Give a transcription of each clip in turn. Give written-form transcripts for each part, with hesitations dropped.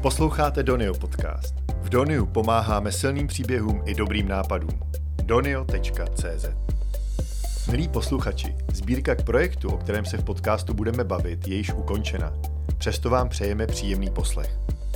Posloucháte Donio podcast. V Doniu pomáháme silným příběhům i dobrým nápadům. donio.cz. Milí posluchači, sbírka k projektu, o kterém se v podcastu budeme bavit, je již ukončena. Přesto vám přejeme příjemný poslech.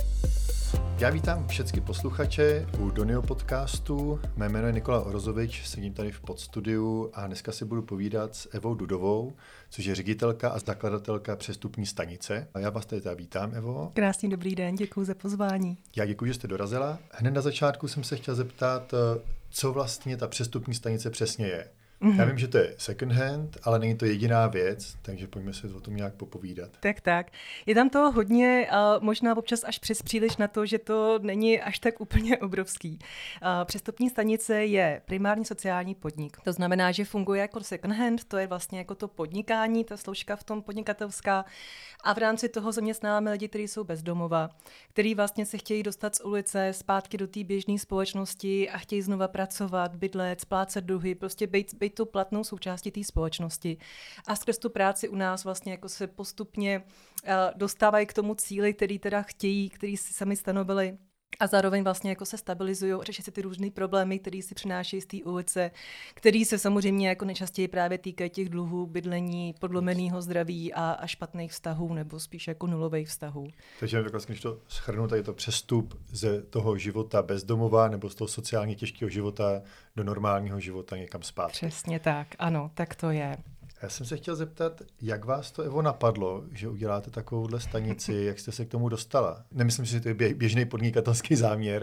Já vítám všechny posluchače u Donio podcastu. Mé jméno je Nikola Orozovič, sedím tady v podstudiu a dneska si budu povídat s Evou Dudovou, což je ředitelka a zakladatelka Přestupní stanice. A já vás tady vítám, Evo. Krásný dobrý den, děkuji za pozvání. Já děkuji, že jste dorazila. Hned na začátku jsem se chtěl zeptat, co vlastně ta Přestupní stanice přesně je. Já vím, že to je second hand, ale není to jediná věc, takže pojďme se o tom nějak popovídat. Tak. Je tam toho hodně a možná občas až přes příliš na to, že to není až tak úplně obrovský. Přestupní stanice je primární sociální podnik. To znamená, že funguje jako second hand, to je vlastně jako to podnikání, ta složka v tom podnikatelská. A v rámci toho zaměstnáváme lidi, kteří jsou bezdomova, kteří vlastně se chtějí dostat z ulice zpátky do té běžné společnosti a chtějí znova pracovat, bydlet, splácet dluhy, prostě být tu platnou součástí té společnosti. A skrz tu práci u nás vlastně jako se postupně dostávají k tomu cíli, který teda chtějí, který si sami stanovili. A zároveň vlastně jako se stabilizují, řeší si ty různé problémy, které si přinášejí z té ulice, které se samozřejmě jako nejčastěji právě týkají těch dluhů, bydlení, podlomeného zdraví a špatných vztahů, nebo spíš jako nulových vztahů. Takže když to shrnu, tady je to přestup ze toho života bezdomova nebo z toho sociálně těžkého života do normálního života někam zpátky. Přesně tak, ano, tak to je. Já jsem se chtěl zeptat, jak vás to, Evo, napadlo, že uděláte takovouhle stanici, jak jste se k tomu dostala? Nemyslím si, že to je běžný podnikatelský záměr.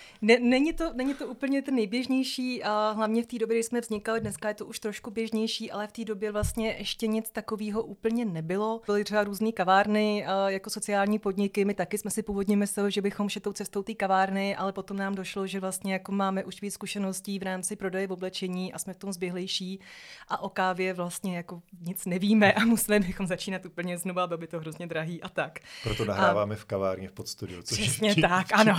Není to úplně ten nejběžnější a hlavně v té době, kdy jsme vznikali, dneska je to už trošku běžnější, ale v té době vlastně ještě nic takového úplně nebylo. Byly třeba různé kavárny jako sociální podniky, my taky jsme si původně mysleli, že bychom šli tou cestou té kavárny, ale potom nám došlo, že vlastně jako máme už víc zkušeností v rámci prodeje v oblečení a jsme v tom zběhlejší a o kávě vlastně jako nic nevíme a museli bychom začínat úplně znova, aby to hrozně drahý a tak. Proto nahráváme v kavárně v podstudiu. Přesně tak, ano.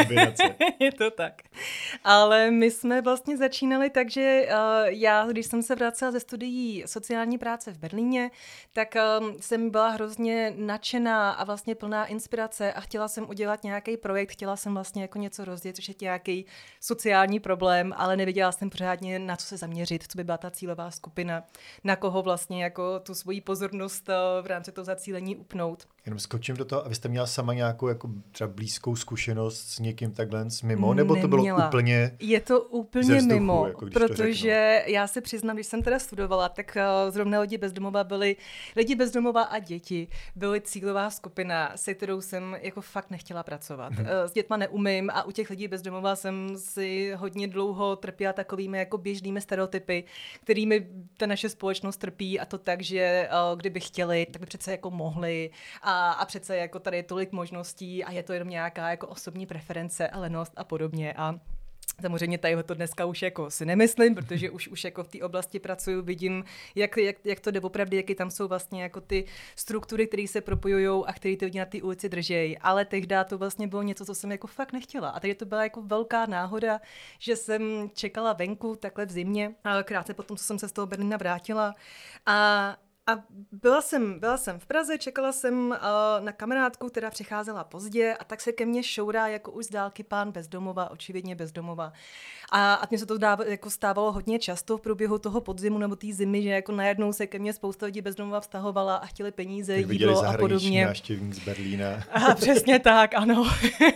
Je to tak. Ale my jsme vlastně začínali tak, že já, když jsem se vracela ze studií sociální práce v Berlíně, tak jsem byla hrozně nadšená a vlastně plná inspirace a chtěla jsem udělat nějaký projekt, chtěla jsem vlastně jako něco rozdělit, což je nějaký sociální problém, ale nevěděla jsem pořádně, na co se zaměřit, co by byla ta cílová skupina, na koho vlastně jako tu svoji pozornost v rámci toho zacílení upnout. Jenom skočím do toho, a vy jste měla sama nějakou jako třeba blízkou zkušenost s někým takhle mimo, nebo to bylo úplně Je to úplně vzduchu, mimo, jako protože já se přiznám, když jsem teda studovala, tak zrovna lidi bezdomova a děti byly cílová skupina, se kterou jsem jako fakt nechtěla pracovat. S dětma neumím a u těch lidí bezdomova jsem si hodně dlouho trpěla takovými jako běžnými stereotypy, kterými ta naše společnost trpí, a to tak, že kdyby chtěli, tak by přece jako mohli a přece jako tady je tolik možností a je to jenom nějaká jako osobní preference a lenost a podobně. A samozřejmě tady to dneska už jako si nemyslím, protože už jako v té oblasti pracuju, vidím, jak to jde opravdu, jaké tam jsou vlastně jako ty struktury, které se propojujou a které ty lidi na té ulici držejí. Ale tehdy to vlastně bylo něco, co jsem jako fakt nechtěla. A tady to byla jako velká náhoda, že jsem čekala venku takhle v zimě, krátce potom, co jsem se z toho Berlína vrátila. A byla jsem v Praze, čekala jsem na kamarádku, která přicházela pozdě, a tak se ke mně šourá jako už z dálky pán bezdomova, očividně bezdomova. A mně se to jako stávalo hodně často v průběhu toho podzimu nebo té zimy, že jako najednou se ke mně spousta lidí bezdomova vztahovala a chtěli peníze, jídlo a podobně. Návštěvník z Berlína. A přesně tak, ano.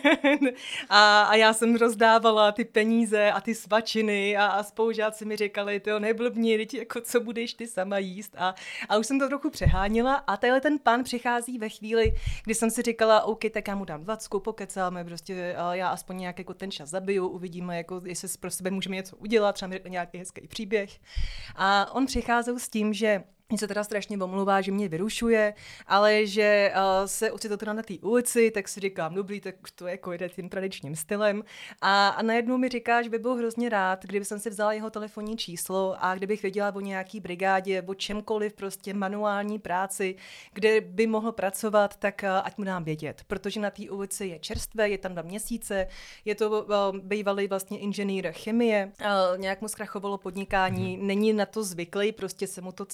A já jsem rozdávala ty peníze a ty svačiny a spolužáci mi říkali, to neblbni, jako co budeš ty sama jíst. A už jsem to trochu přehánila a tenhle ten pán přichází ve chvíli, kdy jsem si říkala, OK, tak já mu dám 20, pokecáme, prostě já aspoň nějak jako ten čas zabiju, uvidíme, jako jestli pro sebe můžeme něco udělat, třeba mi řekne nějaký hezký příběh. A on přicházel s tím, že mě se teda strašně omlouvá, že mě vyrušuje, ale že se ocitl teda na té ulici, tak si říkám, dobrý, tak to jako jde tím tradičním stylem. A najednou mi říká, že by byl hrozně rád, kdyby jsem si vzala jeho telefonní číslo a kdybych věděla o nějaký brigádě, o čemkoliv, prostě manuální práci, kde by mohl pracovat, tak ať mu dám vědět. Protože na té ulici je čerstvé, je tam 2 měsíce, je to bývalý vlastně inženýr chemie, nějak mu zkrachovalo podnikání, není na to zvyklý, prostě se mu to celý jako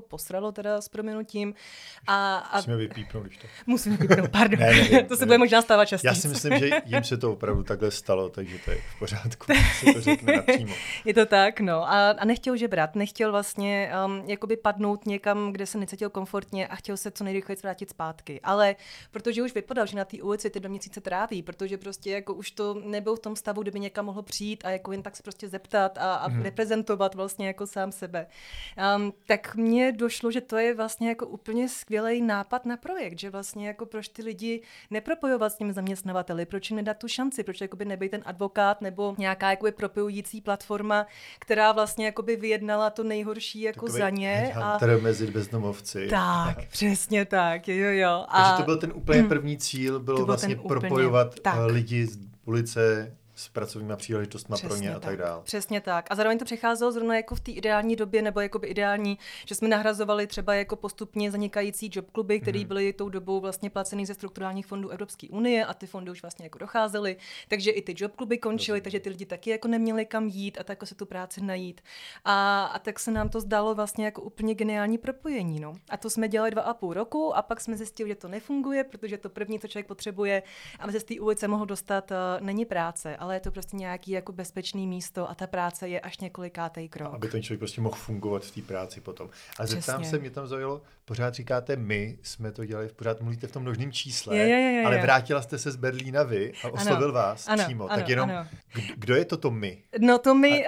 posralo teda s prominutím. Musíme vypípnout, když to. Musíme vypípnout, pardon. Ne, to se bude možná stávat častěji. Já si myslím, že jim se to opravdu takhle stalo, takže to je v pořádku, se to řekne napřímo. Je to tak, no. A nechtěl žebrat, nechtěl vlastně jakoby padnout někam, kde se necítil komfortně a chtěl se co nejrychleji vrátit zpátky. Ale protože už vypadal, že na té ulici ty 2 měsíce tráví, protože prostě jako už to nebyl v tom stavu, kdyby někam mohl přijít a jako jen tak se prostě zeptat a reprezentovat vlastně jako sám sebe. Tak mně došlo, že to je vlastně jako úplně skvělý nápad na projekt, že vlastně jako proč ty lidi nepropojovat s těmi zaměstnavateli, proč jim nedat tu šanci, proč jakoby nebejt ten advokát nebo nějaká jakoby propojující platforma, která vlastně jakoby vyjednala to nejhorší jako takový za ně. A mezi bezdomovci. Tak, přesně tak, jo. Takže to byl ten úplně první cíl, bylo vlastně propojovat lidi z ulice s pracovníma příležitostmi pro ně a tak dále. Přesně tak. A zároveň to přecházelo zrovna jako v té ideální době, nebo jakoby ideální, že jsme nahrazovali třeba jako postupně zanikající job kluby, které byly tou dobou vlastně placený ze strukturálních fondů Evropské unie a ty fondy už vlastně jako docházely, takže i ty job kluby končily, takže ty lidi taky jako neměli kam jít a tak jako se tu práci najít. A tak se nám to zdálo vlastně jako úplně geniální propojení, no. A to jsme dělali 2,5 roku a pak jsme zjistili, že to nefunguje, protože to první, co člověk potřebuje, aby se z té ulice mohl dostat, není práce, ale je to prostě nějaký jako bezpečný místo a ta práce je až několikátej krok. Aby ten člověk prostě mohl fungovat v té práci potom. A zeptám se, mě tam zaujalo, pořád říkáte my jsme to dělali, pořád mluvíte v tom množném čísle, ale vrátila jste se z Berlína vy a oslovil vás přímo. Tak jenom, kdo je to my? No to my,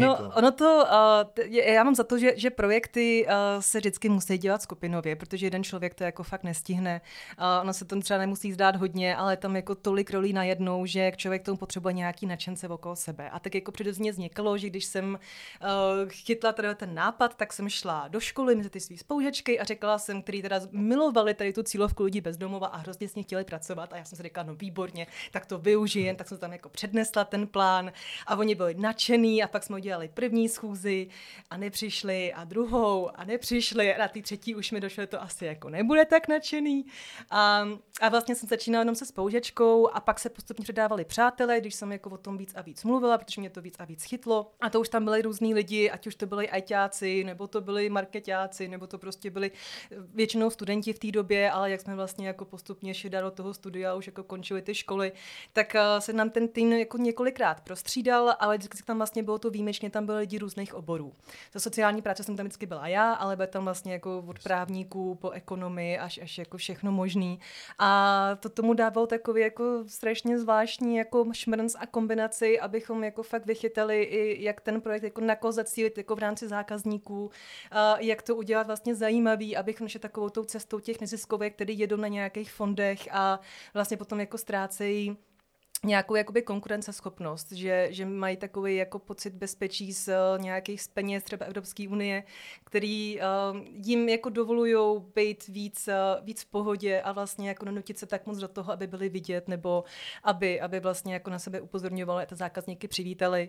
já mám za to, že projekty se vždycky musí dělat skupinově, protože jeden člověk to jako fakt nestihne. Ono se to třeba nemusí zdát hodně, ale tam jako tolik rolí najednou, že člověk tomu potřebuje nějaký nadšence okolo sebe. A tak jako přirozeně vzniklo, že když jsem chytla teda ten nápad, tak jsem šla do školy mezi ty svý spolužačky a řekla jsem, který teda milovali tady tu cílovku lidí bez domova a hrozně s ní chtěli pracovat. A já jsem si říkala, no výborně, tak to využijem, tak jsem tam jako přednesla ten plán a oni byli nadšený a pak jsme udělali první schůzi a nepřišli a druhou a nepřišli a na té třetí už mi došlo, že to asi jako nebude tak nadšený. A vlastně jsem začínala jenom se spolužačkou a pak se postupně předávali přátelé, když jsem jako o tom víc a víc mluvila, protože mě to víc a víc chytlo. A to už tam byli různý lidi, ať už to byli ajťáci, nebo to byli markeťáci, nebo to prostě byli většinou studenti v té době, ale jak jsme vlastně jako postupně šli do toho studia, už jako končili ty školy, tak se nám ten tým jako několikrát prostřídal, ale vždycky tam vlastně bylo to výjimečně, tam byly lidi různých oborů. Za sociální práce jsem tam vždycky byla já, ale byla tam vlastně jako od právníků po ekonomii až jako všechno možný. A to tomu dávalo takový jako strašně zvláštní jako šmrnc a kombinaci, abychom jako fakt vychytali i jak ten projekt jako na koho zacílit jako v rámci zákazníků, jak to udělat vlastně zajímavý, abychom šli takovou tou cestou těch neziskovek, který jedou na nějakých fondech a vlastně potom jako ztrácejí nějakou jakoby konkurenceschopnost, že mají takový jako pocit bezpečí z nějakých peněz třeba Evropské unie, který jim jako dovolujou být víc v pohodě a vlastně jako nenutit se tak moc do toho, aby byli vidět nebo aby vlastně jako na sebe upozorňovali a ty zákazníky přivítali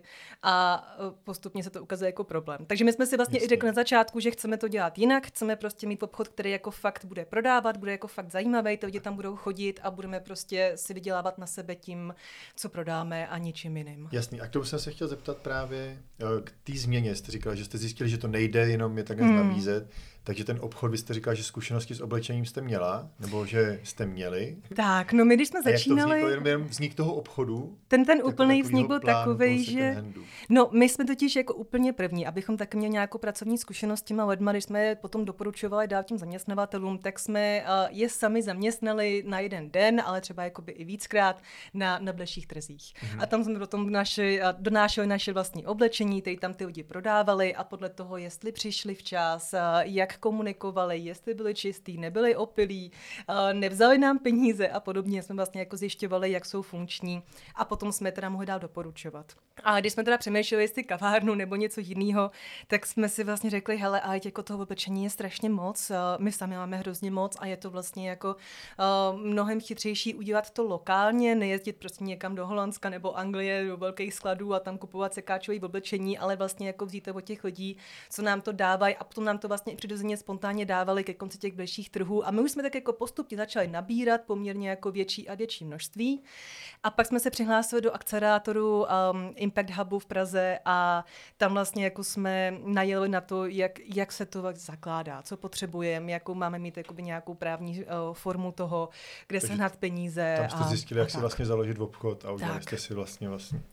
a postupně se to ukazuje jako problém. Takže my jsme si vlastně i řekli na začátku, že chceme to dělat jinak, chceme prostě mít obchod, který jako fakt bude prodávat, bude jako fakt zajímavý, ty lidi tam budou chodit a budeme prostě si vydělávat na sebe tím, co prodáme a ničím jiným. Jasný. A k tomu jsem se chtěl zeptat právě k té změně. Jste říkala, že jste zjistili, že to nejde jenom je takhle nabízet. Takže ten obchod, vy jste říkala, že zkušenosti s oblečením jste měla, nebo že jste měli. Tak, no my když jsme začínali... Jak to vzniklo, jenom vznik toho obchodu? Ten úplný vznik byl takovej, že... No, my jsme totiž jako úplně první, abychom taky měli nějakou pracovní zkušenost s těma lidma, když jsme je potom doporučovali dát těm zaměstnavatelům, tak jsme je sami zaměstnali na jeden den, ale třeba jakoby i víckrát na bleších trzích. A tam jsme potom donášeli naše vlastní oblečení, tady tam ty lidi prodávali a podle toho, jestli přišli včas, jak komunikovali, jestli byli čistý, nebyli opilí, nevzali nám peníze a podobně. Jsme vlastně jako zjišťovali, jak jsou funkční a potom jsme teda mohli dál doporučovat. A když jsme teda přemýšleli, jestli kavárnu nebo něco jiného, tak jsme si vlastně řekli, hele, ale jako toho oblečení je strašně moc, my sami máme hrozně moc a je to vlastně jako mnohem chytřejší udělat to lokálně, nejezdit prostě někam do Holandska nebo Anglie, do velkých skladů a tam kupovat sekáčové oblečení, ale vlastně jako vzít to od těch lidí, co nám to dávají a potom nám to vlastně i přirozeně přirozeně spontánně dávali ke konci těch bližších trhů a my už jsme tak jako postupně začali nabírat poměrně jako větší a větší množství. A pak jsme se přihlásili do akcelerátoru Impact Hubu v Praze a tam vlastně jako jsme najeli na to, jak se to zakládá, co potřebujeme, jakou máme mít jakoby nějakou právní formu toho, kde sehnat peníze. Tam jste zjistili, jak si vlastně založit obchod a udělali jste si vlastní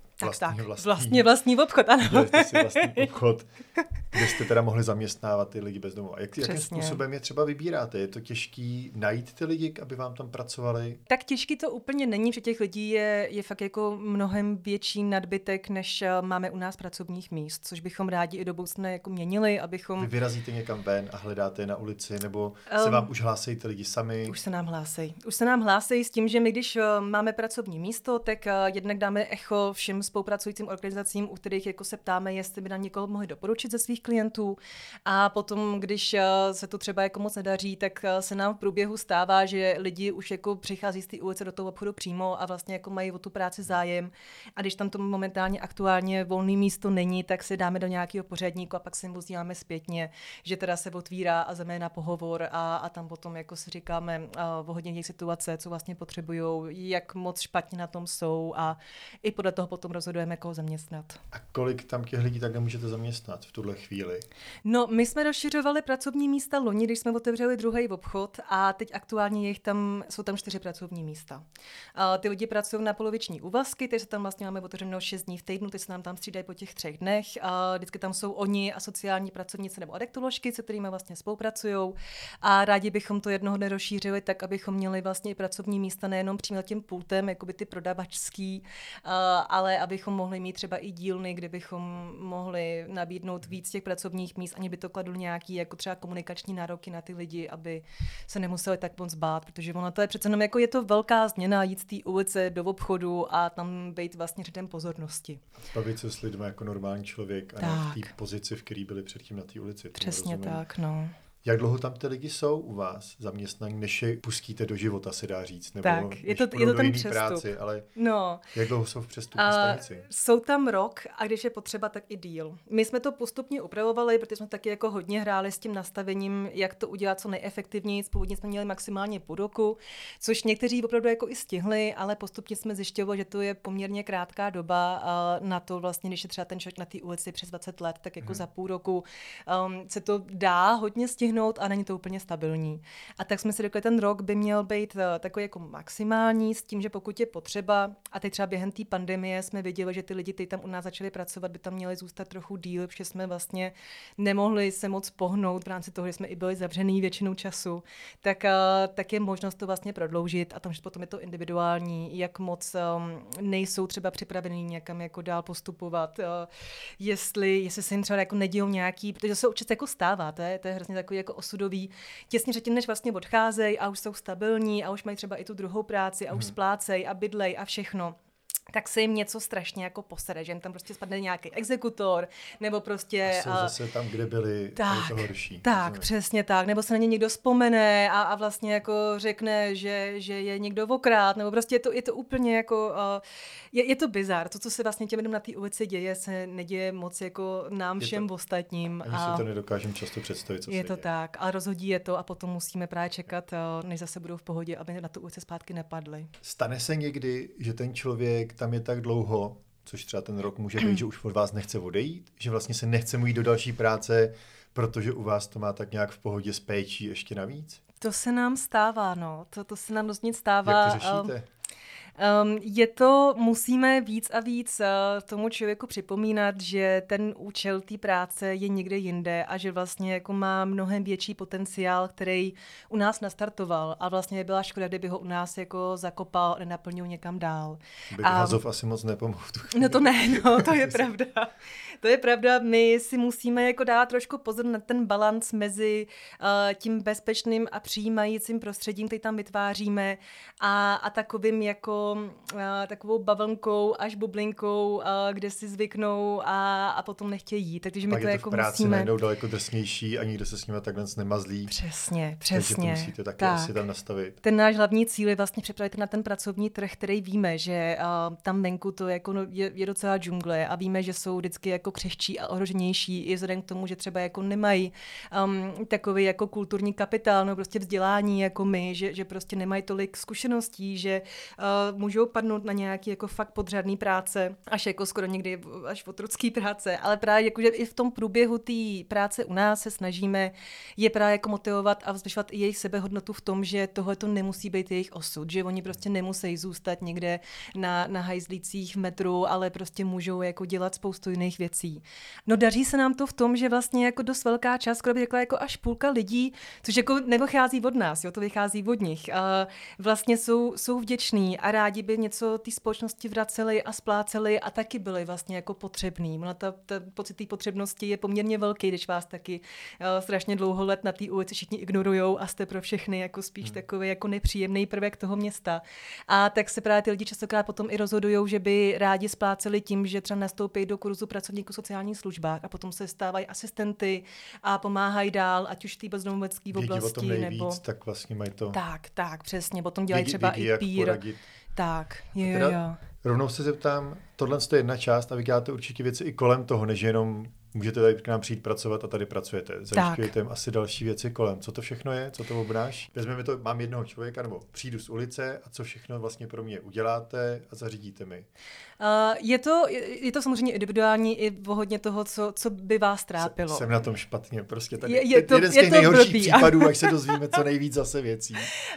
obchod, ano. Udělali jste si vlastní obchod, kde jste teda mohli zaměstnávat ty lidi bez domova. Jakým způsobem je třeba vybíráte? Je to těžký najít ty lidi, aby vám tam pracovali? Tak těžký to úplně není, že těch lidí je fakt jako mnohem větší nadbytek, než máme u nás pracovních míst, což bychom rádi i do budoucna jako měnili, abychom... Vy vyrazíte někam ven a hledáte je na ulici, nebo se vám už hlásejí ty lidi sami? Už se nám hlásejí s tím, že my, když máme pracovní místo, tak jednak dáme echo všem spolupracujícím organizacím, u kterých jako se ptáme, jestli by nám někoho mohli doporučit ze svých klientů. A potom, když se to třeba jako moc nedaří, tak se nám v průběhu stává, že lidi už jako přichází z té ulice do toho obchodu přímo a vlastně jako mají o tu práci zájem. A když tam to momentálně aktuálně volné místo není, tak se dáme do nějakého pořadníku a pak se jim ozýváme zpětně, že teda se otvírá a jdeme na pohovor a tam potom jako si říkáme o hodně jejich situace, co vlastně potřebujou, jak moc špatně na tom jsou a i podle toho potom rozhodujeme, koho zaměstnat. A kolik tam těch lidí tak nemůžete zaměstnat v tuhle chvíli? No, my jsme rozšiřovali pracovní místa loni, když jsme otevřeli druhý obchod a teď aktuálně jsou tam 4 pracovní místa. Ty lidi pracují na poloviční úvazky, teď se tam vlastně máme otevřeno 6 dní v týdnu, teď se nám tam střídají po těch 3 dnech. Vždycky tam jsou oni a sociální pracovníci nebo adektoložky, se kterými vlastně spolupracují. A rádi bychom to jednoho dne rozšířili tak, abychom měli vlastně i pracovní místa nejenom přímo tím pultem, jakoby ty prodavačský, ale abychom mohli mít třeba i dílny, kde bychom mohli nabídnout víc těch pracovních míst, ani by to kladlo nějaký jako třeba komunikační nároky na ty lidi, aby se nemuseli tak moc bát, protože ono to je přece jenom jako je to velká změna jít z té ulice do obchodu a tam být vlastně řadem pozornosti. Bavit se s lidmi jako normální člověk a ne v té pozici, v které byli předtím na té ulici. Přesně tak, no. Jak dlouho tam ty lidi jsou u vás zaměstnaní, než je pustíte do života, se dá říct? Nebo tak, je to ten přestup. Práci, ale jak dlouho jsou v přestupní stanici? Jsou tam rok a když je potřeba, tak i díl. My jsme to postupně upravovali, protože jsme taky jako hodně hráli s tím nastavením, jak to udělat co nejefektivněji. Původně jsme měli maximálně půl roku, což někteří opravdu jako i stihli, ale postupně jsme zjišťovali, že to je poměrně krátká doba na to vlastně, když je třeba ten člověk na té ulici přes 20 let, tak jako za půl roku se to dá hodně stihnout a není to úplně stabilní. A tak jsme si řekli, ten rok by měl být takový jako maximální s tím, že pokud je potřeba, a teď třeba během té pandemie jsme viděli, že ty lidi, kteří tam u nás začali pracovat, by tam měli zůstat trochu díl, protože jsme vlastně nemohli se moc pohnout v rámci toho, že jsme i byli zavřený většinou času, tak je možnost to vlastně prodloužit a tam potom je to individuální, jak moc nejsou třeba připravení někam jako dál postupovat, jestli se jim třeba jako nedějou nějaký, protože se určitě jako stává, to je hrozně takový jako osudový, těsně předtím, než vlastně odcházejí a už jsou stabilní a už mají třeba i tu druhou práci a už splácejí a bydlej a všechno. Tak se jim něco strašně jako posere, že jim tam prostě spadne nějaký exekutor, nebo prostě... A jsou zase tam, kde byli, tak, to horší. Tak, přesně tak, nebo se na ně někdo vzpomene a vlastně jako řekne, že je někdo okrát, nebo prostě je to úplně jako... Je to bizar, to, co se vlastně těm lidem na té ulici děje, se neděje moc jako nám všem ostatním. Ani si to nedokážeme často představit, co se je to tak, a rozhodí je to a potom musíme právě čekat, než zase budou v pohodě, aby na tu ulici zpátky nepadli. Stane se někdy, že ten člověk tam je tak dlouho, což třeba ten rok může být, že už od vás nechce odejít, že vlastně se nechce mu jít do další práce, protože u vás to má tak nějak v pohodě s péčí ještě navíc? To se nám stává, no. To se nám dost nic stává. Jak to řešíte? Musíme víc a víc tomu člověku připomínat, že ten účel té práce je někde jinde a že vlastně jako má mnohem větší potenciál, který u nás nastartoval a vlastně byla škoda, kdyby ho u nás jako zakopal a nenaplnil někam dál. Hazov asi moc nepomohl. No to ne, no, to je pravda. To je pravda, my si musíme jako dát trošku pozor na ten balanc mezi tím bezpečným a přijímajícím prostředím, který tam vytváříme a takovým jako takovou bavlnkou až bublinkou, kde si zvyknou a potom nechtějí jít. Takže my pak to je jako v práci musíme... najednou daleko drsnější a nikdo se s nimi takhle nemazlí. Přesně. Takže to musíte taky asi tam nastavit. Ten náš hlavní cíl je vlastně připravit na ten pracovní trh, který víme, že tam venku to jako je docela džungle a víme, že jsou vždycky jako křehčí a ohroženější i vzhledem k tomu, že třeba jako nemají takový jako kulturní kapitál, no prostě vzdělání jako my, že prostě nemají tolik zkušeností, že můžou padnout na nějaký jako fakt podřadný práce, až jako skoro někdy až otrocký práce, ale právě jako, že i v tom průběhu té práce u nás se snažíme je právě jako motivovat a zvyšovat i jejich sebehodnotu v tom, že tohle to nemusí být jejich osud, že oni prostě nemusí zůstat někde na hajzlících v metru, ale prostě můžou jako dělat spoustu jiných věcí. No daří se nám to v tom, že vlastně jako dost velká část, skoro bych řekla jako až půlka lidí, což jako nevychází od nás, jo, to vychází od nich. Vlastně jsou vděční a rádi by něco té společnosti vraceli a spláceli a taky byli vlastně jako potřebný. Ta pocit té potřebnosti je poměrně velký, když vás taky strašně dlouho let na té ulici všichni ignorujou a jste pro všechny jako spíš takový jako nepříjemný prvek toho města. A tak se právě ty lidi častokrát potom i rozhodujou, že by rádi spláceli tím, že třeba nastoupí do kurzu pracovníků v sociálních službách a potom se stávají asistenty a pomáhají dál, ať už v té bezdomovecké oblasti. O tom nejvíc, nebo... tak vlastně mají to... Tak, přesně. Potom dělají třeba i pír. Tak, jo. Rovnou se zeptám, tohle je jedna část a vy děláte určitě věci i kolem toho, než jenom můžete tady k nám přijít pracovat a tady pracujete. Zajišťujete asi další věci kolem. Co to všechno je? Co to obnáší? Vezmeme to, mám jednoho člověka, nebo přijdu z ulice a co všechno vlastně pro mě uděláte a zařídíte mi? Je to samozřejmě individuální i hodně toho, co by vás trápilo. Jsem na tom špatně. Prostě tady jeden z těch nejhorších případů, až se dozvíme co nejvíc zase věcí.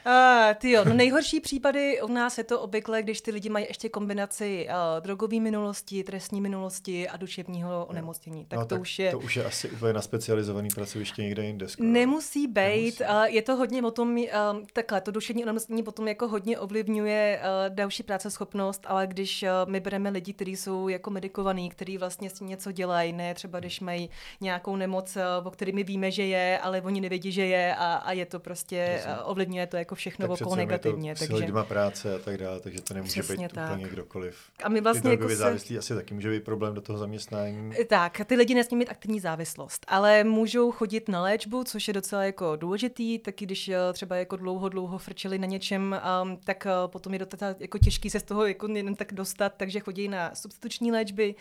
Nejhorší případy u nás je to obvykle, když ty lidi mají ještě kombinaci drogové minulosti, trestní minulosti a duševního onemocnění. Tak to už je asi úplně na specializovaný pracoviště někde jinde. Skoro. Nemusí být. Je to hodně o tom, takhle, to duševní onemocnění potom jako hodně ovlivňuje další práceschopnost, ale když my bereme lidi, kteří jsou jako medikovaní, kteří vlastně s tím něco dělají, ne třeba když mají nějakou nemoc, o které my víme, že je, ale oni nevědí, že je a je to prostě, ovlivňuje to jako všechno tak okolo negativně. Takže lidma práce a tak dále, takže to nemůže být úplně kdokoliv. A my vlastně ty drogově závislí asi taky může být problém do toho zaměstnání. Tak, ty lidi nesmí mít aktivní závislost, ale můžou chodit na léčbu, což je docela jako důležitý, taky když třeba jako dlouho frčeli na něčem, tak potom je docela jako těžký se z toho jako jen tak dostat, takže chodí na substituční léčby,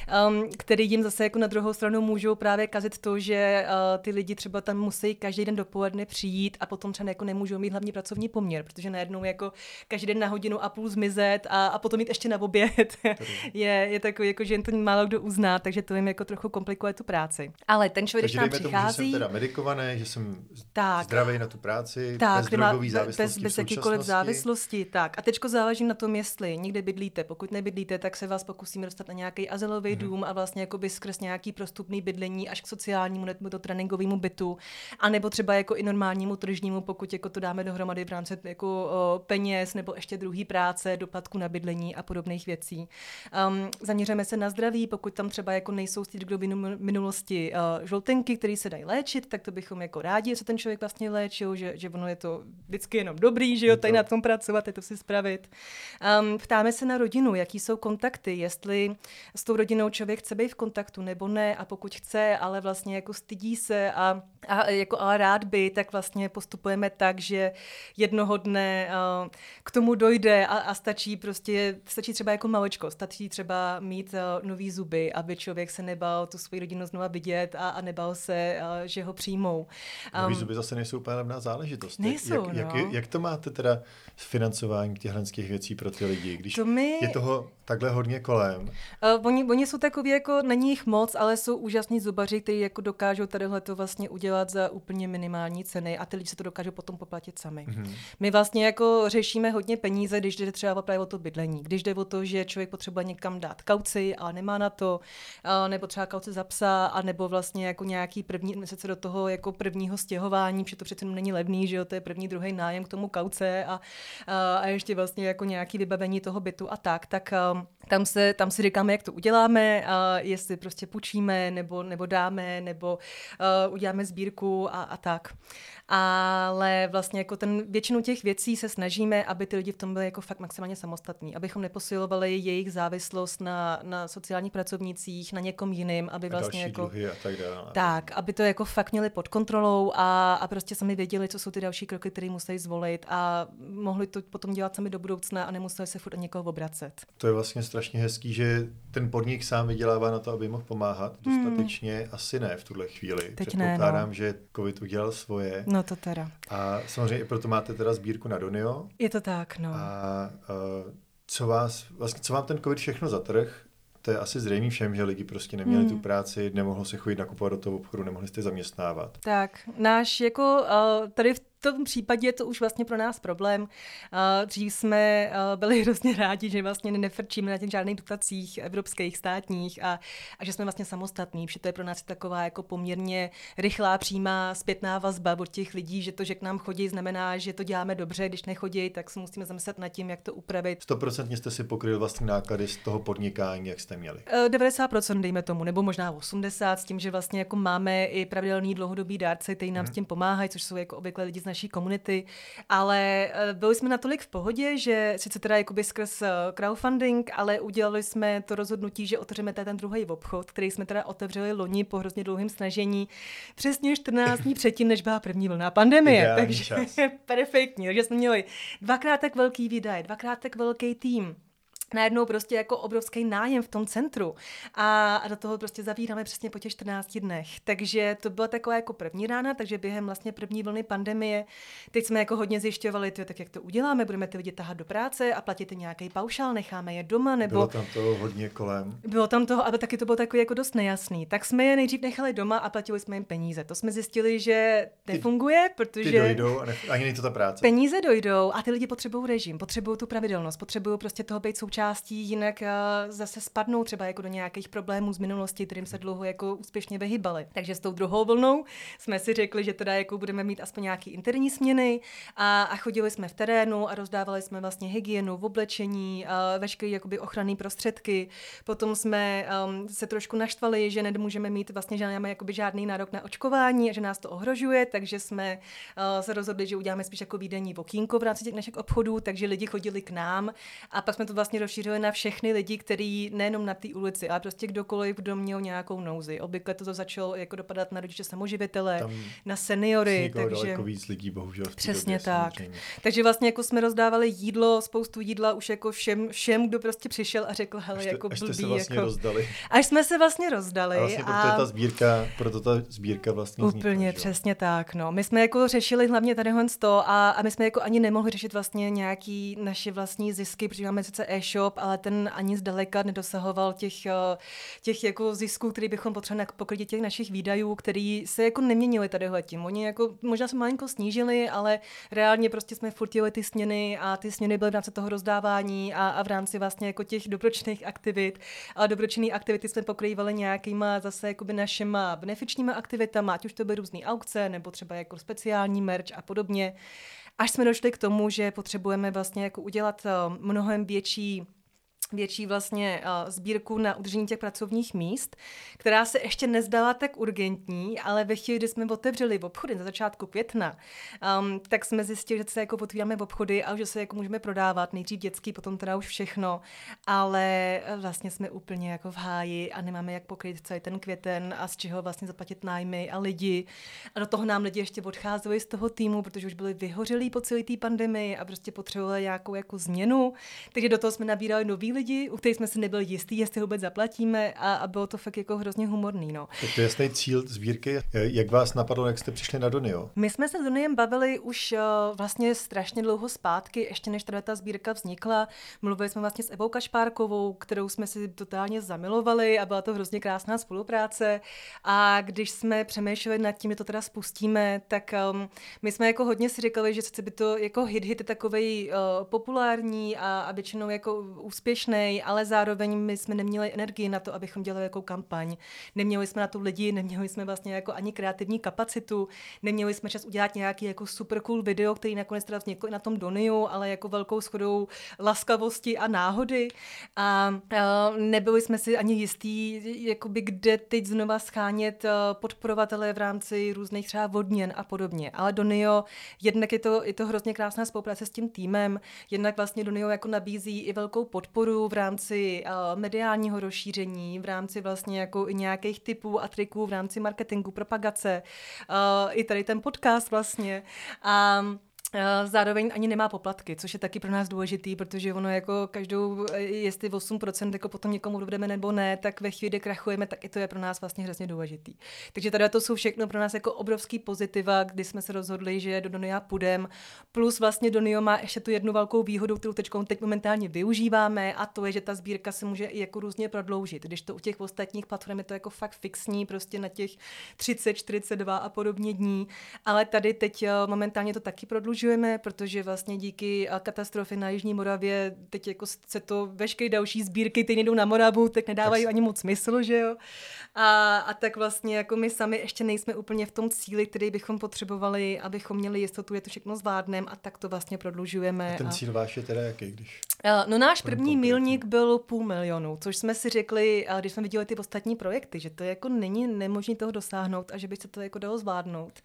které jim zase jako na druhou stranu můžou právě kazit to, že ty lidi třeba tam musí každý den dopoledne přijít a potom třeba jako nemůžou mít hlavně pracovní poměr, protože najednou jako každý den na hodinu a půl zmizet a potom jít ještě na oběd je takový, jako, že jen to málo kdo uzná, takže to jim jako trochu komplikuje tu práci. Ale ten člověk, když nám přichází... Tomu, že jsem teda medikovaný, že jsem zdravý na tu práci, bez drogový závislosti bez jakýkoliv závislosti. Tak. A teďko záleží na tom, jestli někde bydlíte. Pokud nebydlíte, tak se vás pokusíme dostat na nějaký azylový dům a vlastně jakoby skrz nějaký prostupný bydlení až k sociálnímu nebo do tréninkovému bytu, a nebo třeba jako i normálnímu tržnímu, pokud jako to dáme dohromady v rámci jako peněz nebo ještě druhý práce, doplatku na bydlení a podobných věcí. Zaměříme se na zdraví, pokud tam třeba jako nejsou z té drogový minulosti žloutenky, které se dají léčit, tak to bychom jako rádi, že se ten člověk vlastně léčil, že ono je to vždycky jenom dobrý, že jo, tady na tom pracovat, je to si spravit. Ptáme se na rodinu, jaký jsou kontakty, jestli s tou rodinou člověk chce být v kontaktu nebo ne, a pokud chce, ale vlastně jako stydí se a jako ale rád by, tak vlastně postupujeme tak, že jednoho dne k tomu dojde a stačí třeba jako maličko, stačí třeba mít nový zuby, aby člověk se nebal tu svoji rodinu znova vidět a nebal se, že ho přijmou. Nový zuby zase nejsou úplně levná záležitost. Nejsou, jak to máte teda s financováním těch věcí pro ty lidi, když je toho takhle hodně kolem? Oni jsou takový, jako není jich moc, ale jsou úžasní zubaři, kteří jako dokážou tadyhle to vlastně udělat za úplně minimální ceny a ty lidi se to dokážou potom poplatit sami. My vlastně jako řešíme hodně peníze, když jde třeba právě o to bydlení, když jde o to, že člověk potřebuje někam dát kauci, ale nemá na to, nebo třeba kauci se za psa, anebo vlastně jako nějaký první investice do toho jako prvního stěhování, protože to přece není levný, že jo, to je první, druhý nájem k tomu kauce a ještě vlastně jako nějaký vybavení toho bytu a tak tam si říkáme, jak to uděláme, jestli prostě půjčíme, nebo dáme, nebo uděláme sbírku a tak. Ale vlastně jako většinu těch věcí se snažíme, aby ty lidi v tom byli jako fakt maximálně samostatní, abychom neposilovali jejich závislost na sociálních pracovnících, na někom jiným, aby vlastně jako dluhy a tak dále. Tak, aby to jako fakt měli pod kontrolou a prostě sami věděli, co jsou ty další kroky, které musí zvolit a mohli to potom dělat sami do budoucna a nemuseli se furt od někoho obracet. To je vlastně strašně hezký, že ten podnik sám vydělává na to, aby mohl pomáhat. Dostatečně asi ne v tuhle chvíli. Předpokládám, že COVID udělal svoje. No to teda. A samozřejmě i proto máte teda sbírku na Donio. Je to tak, no. A co vám ten COVID všechno zatrh? To je asi zřejmé všem, že lidi prostě neměli tu práci, nemohlo se chodit nakupovat do toho obchodu, nemohli jste zaměstnávat. Tak, náš jako tady v tom případě je to už vlastně pro nás problém. Dřív jsme byli hrozně rádi, že vlastně nefrčíme na těch žádných dotacích evropských, státních a že jsme vlastně samostatní, protože to je pro nás taková jako poměrně rychlá, přímá zpětná vazba od těch lidí, že to, že k nám chodí, znamená, že to děláme dobře, když nechodí, tak se musíme zamyslet nad tím, jak to upravit. 100% jste si pokryli vlastně náklady z toho podnikání, jak jste měli? 90% dejme tomu, nebo možná 80%, s tím, že vlastně jako máme i pravidelný dlouhodobý dárce, kteří nám s tím pomáhají, což jsou jako obvykle lidi z naší komunity, ale byli jsme natolik v pohodě, že sice teda jakoby skrz crowdfunding, ale udělali jsme to rozhodnutí, že otevřeme ten druhý obchod, který jsme teda otevřeli loni po hrozně dlouhém snažení, přesně 14 dní předtím, než byla první vlna pandemie. Ideální takže čas. perfektní, takže jsme měli 2x tak velký výdaj, 2x tak velký tým. Najednou prostě jako obrovský nájem v tom centru a do toho prostě zavíráme přesně po těch 14 dnech. Takže to byla taková jako první rána, takže během vlastně první vlny pandemie teď jsme jako hodně zjišťovali, tak jak to uděláme, budeme ty lidi tahat do práce a platit nějaký paušál, necháme je doma, nebo bylo tam toho hodně kolem. Bylo tam toho, ale taky to bylo takový jako dost nejasný. Tak jsme je nejdřív nechali doma a platili jsme jim peníze. To jsme zjistili, že nefunguje, protože ty dojdou a ani není to ta práce. Peníze dojdou a ty lidi potřebují režim, potřebují tu pravidelnost, potřebují prostě toho být součástí, jinak zase spadnou třeba jako do nějakých problémů z minulosti, kterým se dlouho jako úspěšně vyhýbali. Takže s tou druhou vlnou jsme si řekli, že teda jako budeme mít aspoň nějaký interní směny a chodili jsme v terénu a rozdávali jsme vlastně hygienu, v oblečení, veškeré jakoby ochranné prostředky. Potom jsme se trošku naštvali, že nemůžeme mít vlastně žádný nárok na očkování a že nás to ohrožuje, takže jsme se rozhodli, že uděláme spíš jako výdenní okýnko v rámci těch našich obchodů, takže lidi chodili k nám a pak jsme to vlastně rozšířili na všechny lidi, kteří nejenom na té ulici, ale prostě kdokoliv, kdo měl nějakou nouzi. Obvykle to začalo jako dopadat na rodiče samoživitele, na seniory, takže jako víc lidí, bohužel. Přesně tak. Samozřejmě. Takže vlastně jako jsme rozdávali jídlo, spoustu jídla už jako všem, kdo prostě přišel a řekl, hele, jako blbý. Až jste se vlastně rozdali. Až jsme se vlastně rozdali. A vlastně proto ta sbírka vlastně vznikla. Úplně přesně tak, no. My jsme jako řešili hlavně tady a my jsme jako ani nemohli řešit vlastně nějaký naše vlastní zisky, protože máme sice e-shop, ale ten ani zdaleka nedosahoval těch jako zisků, který bychom potřebovali na pokrytí těch našich výdajů, který se jako neměnili tadyhletím. Oni jako možná se malinko snížili, ale reálně prostě jsme furt jeli ty směny a ty směny byly v rámci toho rozdávání a v rámci vlastně jako těch dobročinných aktivit. A dobročinné aktivity jsme pokrývali nějakýma zase jakoby našima benefičníma aktivitama, ať už to byly různé aukce nebo třeba jako speciální merch a podobně. Až jsme došli k tomu, že potřebujeme vlastně jako udělat mnohem větší vlastně sbírku na udržení těch pracovních míst, která se ještě nezdala tak urgentní, ale ve chvíli, kdy jsme otevřeli obchody na začátku května, tak jsme zjistili, že se jako otvíráme obchody a že se jako můžeme prodávat, nejdřív dětský, potom teda už všechno, ale vlastně jsme úplně jako v háji a nemáme jak pokryt celý ten květen a z čeho vlastně zaplatit nájmy a lidi. A do toho nám lidi ještě odcházeli z toho týmu, protože už byli vyhořelí po celé té pandemii a prostě potřebovali nějakou jako změnu, takže do toho jsme nabírali nový lidi, u kterých jsme si nebyli jistí, jestli vůbec zaplatíme a bylo to fakt jako hrozně humorný. No. Tak to je jasný cíl sbírky. Jak vás napadlo, jak jste přišli na Donio? My jsme se s Doniem bavili už vlastně strašně dlouho zpátky, ještě než ta sbírka vznikla. Mluvili jsme vlastně s Evou Kašpárkovou, kterou jsme si totálně zamilovali a byla to hrozně krásná spolupráce. A když jsme přemýšleli nad tím, že to teda spustíme, tak my jsme jako hodně si říkali, že sice by to jako hit je takovej populární a většinou jako úspěšný, úspěšný, ale zároveň my jsme neměli energii na to, abychom dělali jakou kampaň. Neměli jsme na to lidi, neměli jsme vlastně jako ani kreativní kapacitu, neměli jsme čas udělat nějaký jako super cool video, který nakonec teda vznikl i na tom Doniu, ale jako velkou shodou laskavosti a náhody. A nebyli jsme si ani jistí, jakoby kde teď znova schánět podporovatele v rámci různých třeba odměn a podobně. Ale Donio, jednak je to hrozně krásná spolupráce s tím týmem, jednak vlastně Donio jako nabízí i velkou podporu v rámci mediálního rozšíření, v rámci vlastně jako i nějakých typů a triků v rámci marketingu, propagace, i tady ten podcast vlastně. A zároveň ani nemá poplatky, což je taky pro nás důležitý, protože ono jako každou, jestli 8% jako potom někomu dovedeme nebo ne, tak ve chvíli, kdy krachujeme, tak i to je pro nás vlastně hrozně důležitý. Takže tady to jsou všechno pro nás jako obrovský pozitiva, kdy jsme se rozhodli, že do Donia půjdeme. Plus vlastně Donio má ještě tu jednu velkou výhodu, kterou teď momentálně využíváme, a to je, že ta sbírka se může i jako různě prodloužit. Když to u těch ostatních platform je to jako fakt fixní, prostě na těch 30, 42 a podobně dní, ale tady teď momentálně to taky prodlužujeme, protože vlastně díky katastrofě na Jižní Moravě teď jako se to veškeré další sbírky, ty jdou na Moravu, tak nedávají ani moc smysl, že jo? A tak vlastně jako my sami ještě nejsme úplně v tom cíli, který bychom potřebovali, abychom měli jistotu, že to všechno zvládneme, a tak to vlastně prodlužujeme. A ten cíl váš je teda jaký, když? No náš první milník byl 500 000, což jsme si řekli, když jsme viděli ty ostatní projekty, že to jako není nemožné toho dosáhnout a že by se to jako dalo zvládnout.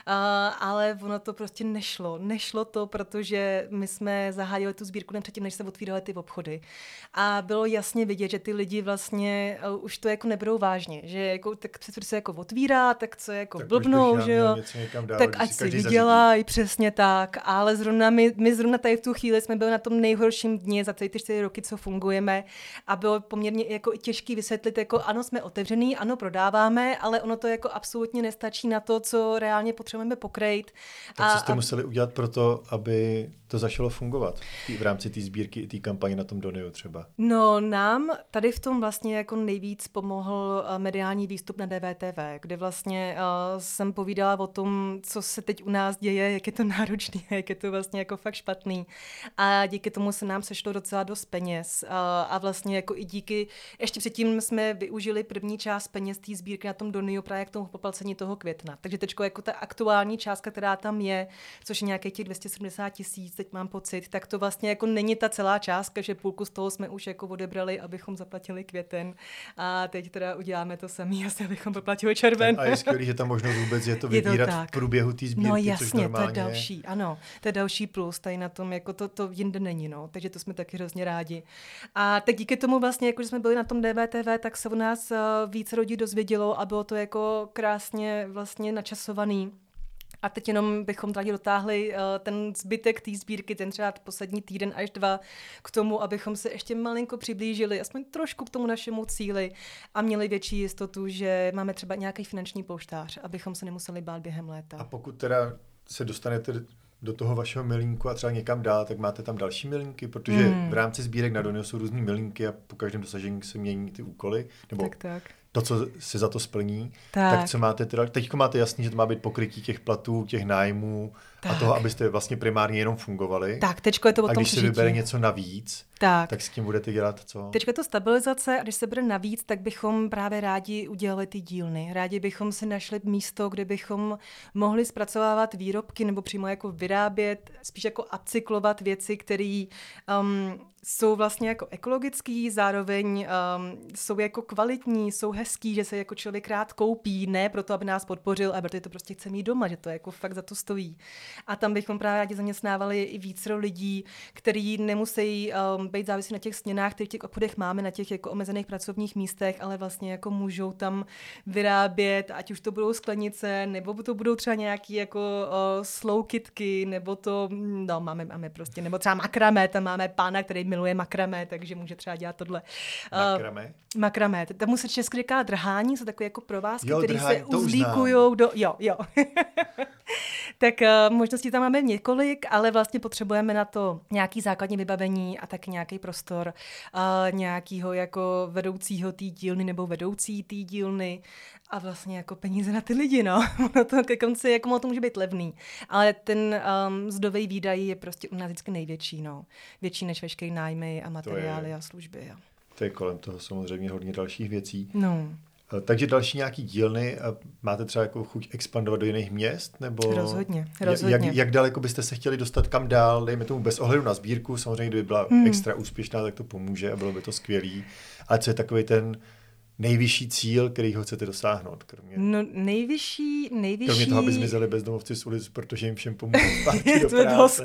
Ale ono to prostě nešlo to, protože my jsme zahájili tu sbírku předtím, než se otvíraly ty obchody. A bylo jasně vidět, že ty lidi vlastně už to jako neberou vážně, že jako tak se jako otvírá, tak co je jako blbnou, že jo. Tak ať si vydělají, přesně tak. Ale zrovna my zrovna tady v tu chvíli jsme byli na tom nejhorším dni za ty 4 roky, co fungujeme, a bylo poměrně jako i těžký vysvětlit, jako ano, jsme otevřený, ano, prodáváme, ale ono to jako absolutně nestačí na to, co reálně potřebujeme pokrýt. Tak co jste museli udělat pro to, aby to začalo fungovat v rámci té sbírky i té kampaně na tom Doniu třeba? No, nám tady v tom vlastně jako nejvíc pomohl mediální výstup na DVTV, kde vlastně jsem povídala o tom, co se teď u nás děje, jak je to náročný, jak je to vlastně jako fakt špatný. A díky tomu se nám sešlo docela dost peněz. A vlastně jako i díky, ještě předtím jsme využili první část peněz té sbírky na tom Doniu právě k tomu poplacení toho května. Takže teďko jako ta aktuální částka, která tam je, což je nějakých těch 270 000, teď mám pocit, tak to vlastně jako není ta celá částka, že půlku z toho jsme už jako odebrali, abychom zaplatili květen, a teď teda uděláme to samý, asi abychom poplatili červen. A je skvělý, že ta možnost vůbec je to vybírat v průběhu té sbírky, no jasně, což normálně to je další, ano, to je další plus, tady na tom, jako to jinde není, no, takže to jsme taky hrozně rádi. A tak díky tomu vlastně, jako že jsme byli na tom DVTV, tak se u nás více lidí dozvědělo a bylo to jako krásně vlastně načasovaný. A teď jenom bychom tady dotáhli ten zbytek té sbírky, ten třeba poslední týden až 2, k tomu, abychom se ještě malinko přiblížili, aspoň trošku k tomu našemu cíli, a měli větší jistotu, že máme třeba nějaký finanční polštář, abychom se nemuseli bát během léta. A pokud teda se dostanete do toho vašeho milínku a třeba někam dál, tak máte tam další milínky, protože v rámci sbírek na Donio jsou různý milínky a po každém dosažení se mění ty úkoly, nebo tak. To, co se za to splní. Tak co máte teda, teďko máte jasný, že to má být pokrytí těch platů, těch nájmů a toho, abyste vlastně primárně jenom fungovali. Tak, teďko je to o tom a když přežití. se vybere něco navíc, tak s tím budete dělat co? Teďka je to stabilizace, a když se bude navíc, tak bychom právě rádi udělali ty dílny. Rádi bychom si našli místo, kde bychom mohli zpracovávat výrobky nebo přímo jako vyrábět, spíš jako upcyklovat věci, které jsou vlastně jako ekologický, zároveň jsou jako kvalitní, jsou hezký, že se jako člověk rád koupí, ne proto, aby nás podpořil, ale protože to prostě chce mít doma, že to jako fakt za to stojí. A tam bychom právě rádi zaměstnávali i více lidí, kteří nemusí být závislí na těch směnách, které v těch obchodech máme, na těch jako omezených pracovních místech, ale vlastně jako můžou tam vyrábět, ať už to budou sklenice, nebo to budou třeba nějaký jako slow kitky, nebo to, no máme prostě, nebo třeba makramé, tam máme pána, který miluje makramé, takže může třeba dělat tohle. Makramé. Tomu se česky říká drhání, jsou takové jako provázky, které se uzlíkujou do... Jo. Tak možností tam máme několik, ale vlastně potřebujeme na to nějaký základní vybavení a taky nějaký prostor nějakýho jako vedoucího té dílny nebo vedoucí té dílny a vlastně jako peníze na ty lidi, no. Ono to ke konci, jako to může být levný, ale ten mzdový výdaj je prostě u nás vždycky největší, no. Větší než veškerý nájmy a materiály a služby, jo. To je kolem toho samozřejmě hodně dalších věcí. No. Takže další nějaký dílny, máte třeba jako chuť expandovat do jiných měst? Nebo Rozhodně. Jak daleko byste se chtěli dostat, kam dál, dejme tomu bez ohledu na sbírku, samozřejmě kdyby byla extra úspěšná, tak to pomůže a bylo by to skvělý. Ale co je takový ten nejvyšší cíl, který ho chcete dosáhnout? Nejvyšší... Kromě toho, aby zmizeli bezdomovci z ulic, protože jim všem pomůže zpátky do práce.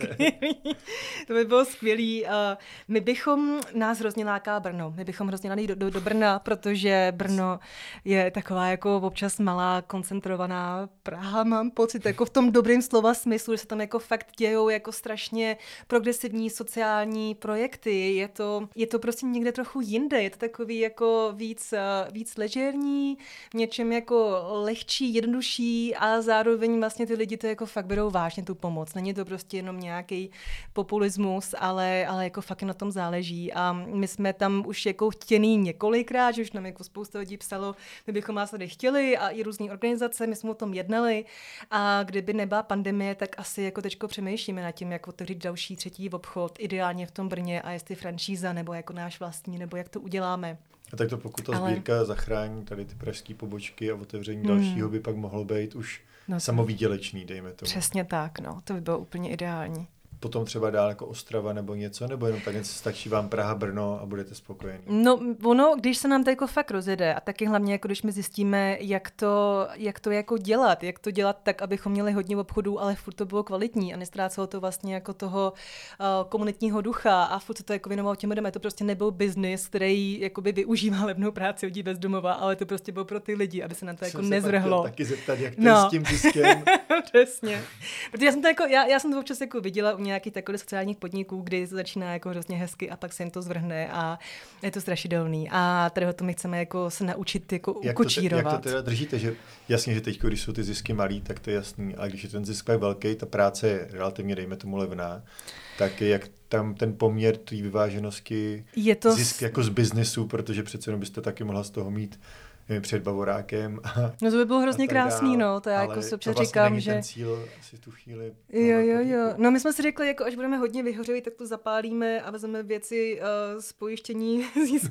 To by bylo skvělý. My bychom, nás hrozně láká Brno. My bychom hrozně rádi do Brna, protože Brno je taková jako občas malá, koncentrovaná Praha, mám pocit, jako v tom dobrým slova smyslu, že se tam jako fakt dějou jako strašně progresivní sociální projekty. Je to prostě někde trochu jinde. Je to takový jako víc ležérní, v něčem jako lehčí, jednodušší a zároveň vlastně ty lidi to jako fakt berou vážně tu pomoc. Není to prostě jenom nějaký populismus, ale jako fakt na tom záleží a my jsme tam už jako chtěný několikrát, že už nám jako spousta lidí psalo, my bychom vás tady chtěli a i různý organizace, my jsme o tom jednali a kdyby nebyla pandemie, tak asi jako teďko přemýšlíme nad tím, jak otevřít další třetí obchod, ideálně v tom Brně a jestli franšíza nebo jako náš vlastní, nebo jak to uděláme. A tak to pokud ta sbírka zachrání tady ty pražské pobočky a otevření dalšího by pak mohlo být už samovýdělečný, dejme tomu. Přesně tak, no, to by bylo úplně ideální. Potom třeba dál jako Ostrava nebo něco, nebo jenom tak stačí vám Praha, Brno a budete spokojení? No ono, když se nám to jako fakt rozjede a taky hlavně jako když my zjistíme, jak to jako dělat, tak, abychom měli hodně obchodů, ale furt to bylo kvalitní a nestrácelo to vlastně jako toho komunitního ducha a furt se to jako věnovalo těm lidem. To prostě nebyl biznis, který jakoby využívá levnou práci lidí bez domova, ale to prostě bylo pro ty lidi, aby se nám to jako nezvrhlo. Taky zeptat, jak to je s tím ziskem. Přesně. Protože já jsem to občas jako viděla u nějakých takových sociálních podniků, kdy to začíná jako hrozně hezky a pak se jim to zvrhne a je to strašidelný. A tady to my chceme jako se naučit jako ukočírovat. Jak to teda držíte? Že jasně, že teď, když jsou ty zisky malý, tak to je jasný, ale když je ten zisk velký, ta práce je relativně, dejme tomu, levná, tak jak tam ten poměr té vyváženosti zisk jako z biznesu, protože přece jenom byste taky mohla z toho mít před Bavorákem. No to by bylo hrozně krásný, no. To já jako si občas říkám, že... ten cíl asi tu chvíli... Jo. No my jsme si řekli, jako až budeme hodně vyhořeli, tak to zapálíme a vezmeme věci z pojištění,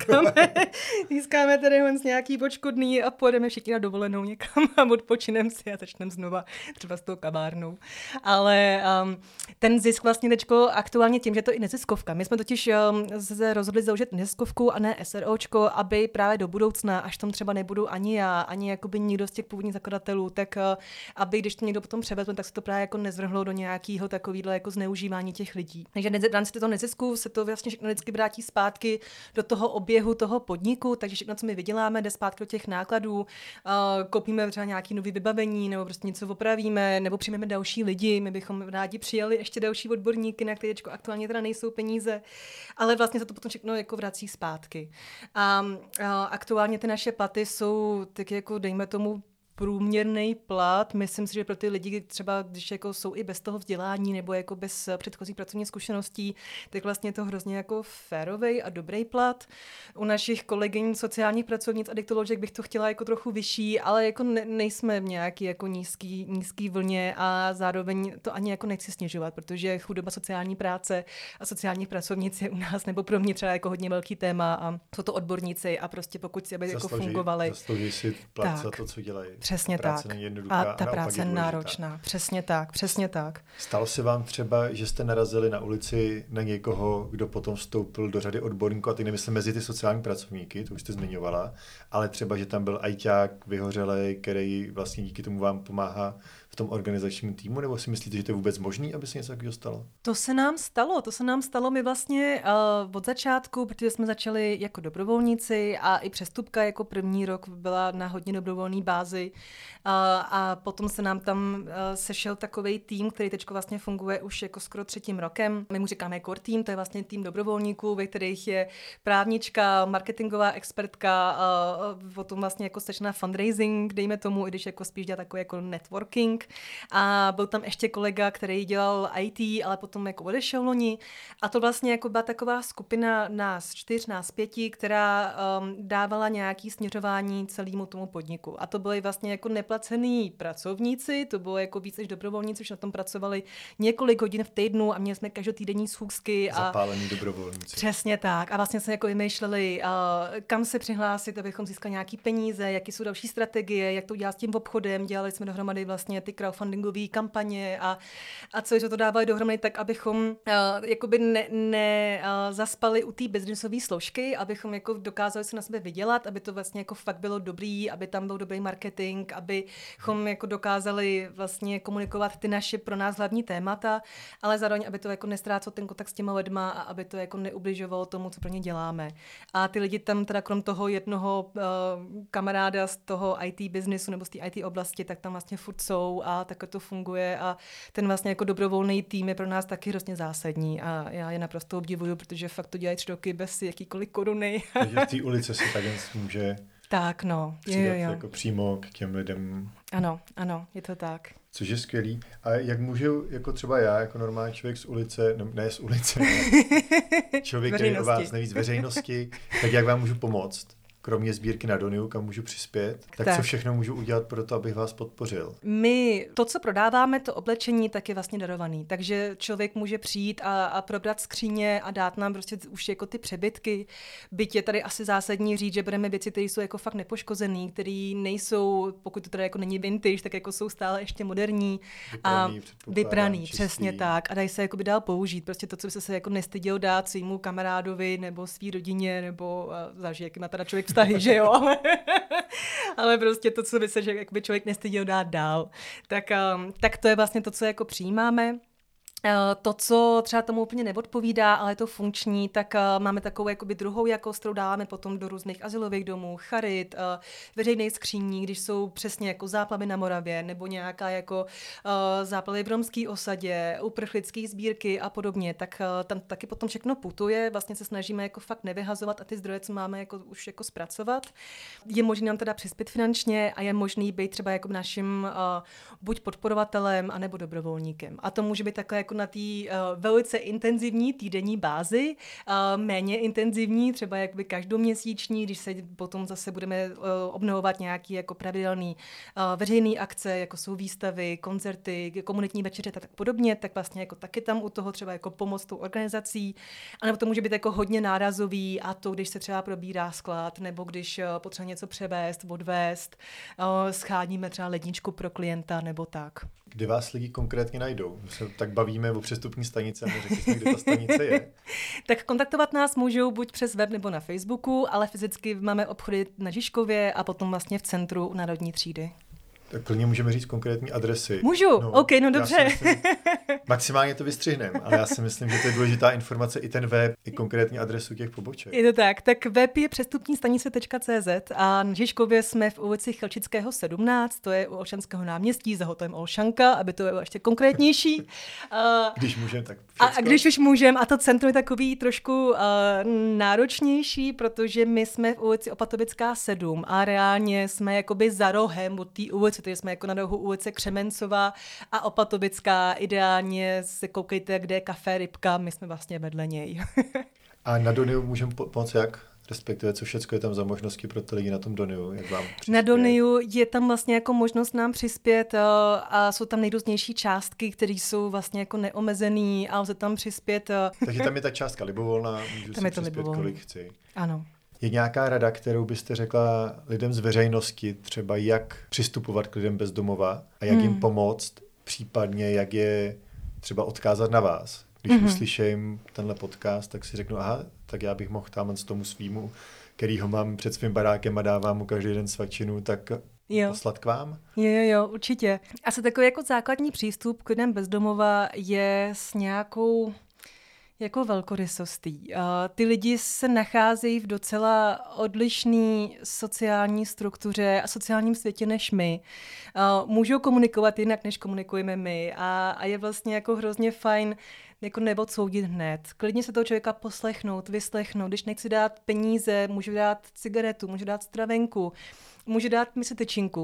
získáme tady z nějaký odškodný a pojedeme všichni na dovolenou někam a odpočineme si a začneme znova třeba s tou kavárnou. Ale ten zisk vlastně teďko aktuálně tím, že to je i neziskovka. My jsme totiž se rozhodli založit neziskovku a ne SROčko, aby právě do budoucna, až tam třeba nebudu ani já, ani jakoby nikdo z těch původních zakladatelů, tak aby když to někdo potom převezme, tak se to právě jako nezvrhlo do nějakého takového jako zneužívání těch lidí. Takže v rámci toho nezisku se to vlastně všechno vždycky vrátí zpátky do toho oběhu toho podniku, takže všechno, co my vyděláme, jde zpátky do těch nákladů, koupíme třeba nějaký nový vybavení, nebo prostě něco opravíme, nebo přijmeme další lidi, my bychom rádi přijali ještě další odborníky, na které aktuálně teda nejsou peníze, ale vlastně se to potom všechno jako vrací zpátky. A aktuálně ty naše platy jsou tak jako dejme tomu průměrný plat. Myslím si, že pro ty lidi třeba, když jako jsou i bez toho vzdělání nebo jako bez předchozí pracovní zkušeností, tak vlastně je to hrozně jako férovej a dobrý plat. U našich kolegyň sociálních pracovnic a diktoložek bych to chtěla jako trochu vyšší, ale jako nejsme v nějaký jako nízký vlně a zároveň to ani jako nechci snižovat, protože chudoba sociální práce a sociálních pracovnic je u nás nebo pro mě třeba jako hodně velký téma a jsou to odborníci a prostě pokud si aby jako fungovali. Zaslouží si plat za to, co dělají. Přesně tak. A ta práce je náročná. Přesně tak. Stalo se vám třeba, že jste narazili na ulici na někoho, kdo potom vstoupil do řady odborníků, a teď nemyslím mezi ty sociální pracovníky, to už jste zmiňovala, ale třeba, že tam byl ajťák vyhořelej, který vlastně díky tomu vám pomáhá v tom organizačním týmu, nebo si myslíte, že to je vůbec možný, aby se něco takového stalo? To se nám stalo. My vlastně od začátku, protože jsme začali jako dobrovolníci a i přestupka jako první rok byla na hodně dobrovolné bázi, A potom se nám tam sešel takovej tým, který teď vlastně funguje už jako skoro 3. rokem. My mu říkáme core tým, to je vlastně tým dobrovolníků, ve kterých je právnička, marketingová expertka, potom vlastně jako sečná fundraising, dejme tomu, i když jako spíš dělá takový jako networking. A byl tam ještě kolega, který dělal IT, ale potom jako odešel loni. A to vlastně jako byla taková skupina nás 4, nás 5, která dávala nějaký směřování celému tomu podniku. A to byly vlastně jako neplacený pracovníci, to bylo jako víc než dobrovolníci, už na tom pracovali několik hodin v týdnu a měli jsme každotýdenní schůzky. Zapálení dobrovolníci. Přesně tak. A vlastně jsme jako vymýšleli, kam se přihlásit, abychom získali nějaký peníze, jaké jsou další strategie, jak to udělat s tím obchodem. Dělali jsme dohromady vlastně ty crowdfundingové kampaně a co jsme to dávali dohromady tak, abychom jakoby zaspali u té businessové složky, abychom jako dokázali se na sebe vydělat, aby to vlastně jako fakt bylo dobrý, aby tam byl dobrý marketing, abychom jako dokázali vlastně komunikovat ty naše pro nás hlavní témata, ale zároveň, aby to jako nestrácelo ten kontakt s těma lidma a aby to jako neubližovalo tomu, co pro ně děláme. A ty lidi tam teda krom toho jednoho kamaráda z toho IT businessu nebo z té IT oblasti, tak tam vlastně furt jsou a takhle to funguje a ten vlastně jako dobrovolný tým je pro nás taky hrozně zásadní a já je naprosto obdivuju, protože fakt to dělají 3 roky bez jakýkoliv koruny. Takže v té ulici se tak může tak, no. přidat jako přímo k těm lidem. Ano, je to tak. Což je skvělý. A jak můžu, jako třeba já, jako normální člověk z ulice, ne z ulice, člověk, který o vás neví z veřejnosti, tak jak vám můžu pomoct? Kromě sbírky na Doniu, kam můžu přispět, tak co všechno můžu udělat pro to, abych vás podpořil? My to, co prodáváme, to oblečení, tak je vlastně darovaný. Takže člověk může přijít a probrat skříně a dát nám prostě už jako ty přebytky. Byť je tady asi zásadní říct, že bereme věci, které jsou jako fakt nepoškozený, které nejsou, pokud to teda jako není vintage, tak jako jsou stále ještě moderní a vypraný, přesně tak. A dají se jako by dál použít. Prostě to, co by se jako nestyděl dát svýmu kamarádovi nebo svý rodině nebo záleží, jaký má teda člověk vztahy, že jo, ale prostě to, co by se že člověk nestyděl dát dál. Tak to je vlastně to, co jako přijímáme. To, co třeba tomu úplně neodpovídá, ale je to funkční, tak máme takovou jakoby druhou jakost, kterou dáváme potom do různých azylových domů, charit, veřejných skříní, když jsou přesně jako záplavy na Moravě nebo nějaká jako záplavy v romské osadě, uprchlické sbírky a podobně, tak tam taky potom všechno putuje. Vlastně se snažíme jako fakt nevyhazovat a ty zdroje, co máme, jako už jako zpracovat. Je možné nám teda přispět finančně a je možný být třeba jako naším buď podporovatelem, anebo dobrovolníkem. A to může být takhle jako na té velice intenzivní týdenní bázi, méně intenzivní, třeba jakoby každoměsíční, když se potom zase budeme obnovovat nějaké jako pravidelné veřejné akce, jako jsou výstavy, koncerty, komunitní večeře a tak podobně, tak vlastně jako taky tam u toho třeba jako pomoc tou organizací, anebo to může být jako hodně nárazový a to, když se třeba probírá sklad, nebo když potřeba něco převést, odvést, scháníme třeba ledničku pro klienta, nebo tak. Kde vás lidi konkrétně najdou? My se tak bavíme o přestupní stanici a my řekli jsme, kde ta stanice je. Tak kontaktovat nás můžou buď přes web nebo na Facebooku, ale fyzicky máme obchody na Žižkově a potom vlastně v centru u Národní třídy. Tak klidně můžeme říct konkrétní adresy. Můžu? OK, no dobře. Myslím, maximálně to vystřihneme, ale já si myslím, že to je důležitá informace i ten web, i konkrétní adresu těch poboček. Je to tak. Tak web je přestupnístanice.cz a na Žižkově jsme v ulici Chelčického 17, to je u Olšanského náměstí, za hotelem Olšanka, aby to bylo ještě konkrétnější. Když můžeme, tak všecko. A když už můžeme, a to centrum je takový trošku náročnější, protože my jsme v ulici Opatovická 7 a reálně jsme jakoby za rohem od té ulice, takže jsme jako na rohu ulice Křemencová a Opatovická. Ideálně se koukejte, kde je Café Rybka, my jsme vlastně vedle něj. A na Doniu můžeme pomoct jak? Respektive, co všechno je tam za možnosti pro ty lidi na tom Doniu, jak vám přispět? Na Doniu je tam vlastně jako možnost nám přispět a jsou tam nejrůznější částky, které jsou vlastně jako neomezený a lze tam přispět. Takže tam je ta částka libovolná, můžu si přispět, kolik chci. Ano. Je nějaká rada, kterou byste řekla lidem z veřejnosti, třeba jak přistupovat k lidem bez domova a jak jim pomoct, případně jak je třeba odkázat na vás? Když uslyším tenhle podcast, tak si řeknu, aha, tak já bych mohl tam z tomu svýmu, kterýho mám před svým barákem a dávám mu každý den svačinu, tak poslat k vám? Jo, určitě. Asi takový jako základní přístup k lidem bez domova je s nějakou jako velkorysostí. Ty lidi se nacházejí v docela odlišné sociální struktuře a sociálním světě než my. Můžou komunikovat jinak, než komunikujeme my a je vlastně jako hrozně fajn jako neodsoudit hned. Klidně se toho člověka poslechnout, vyslechnout. Když nechci dát peníze, můžu dát cigaretu, můžu dát stravenku, můžu dát mi se tyčinku,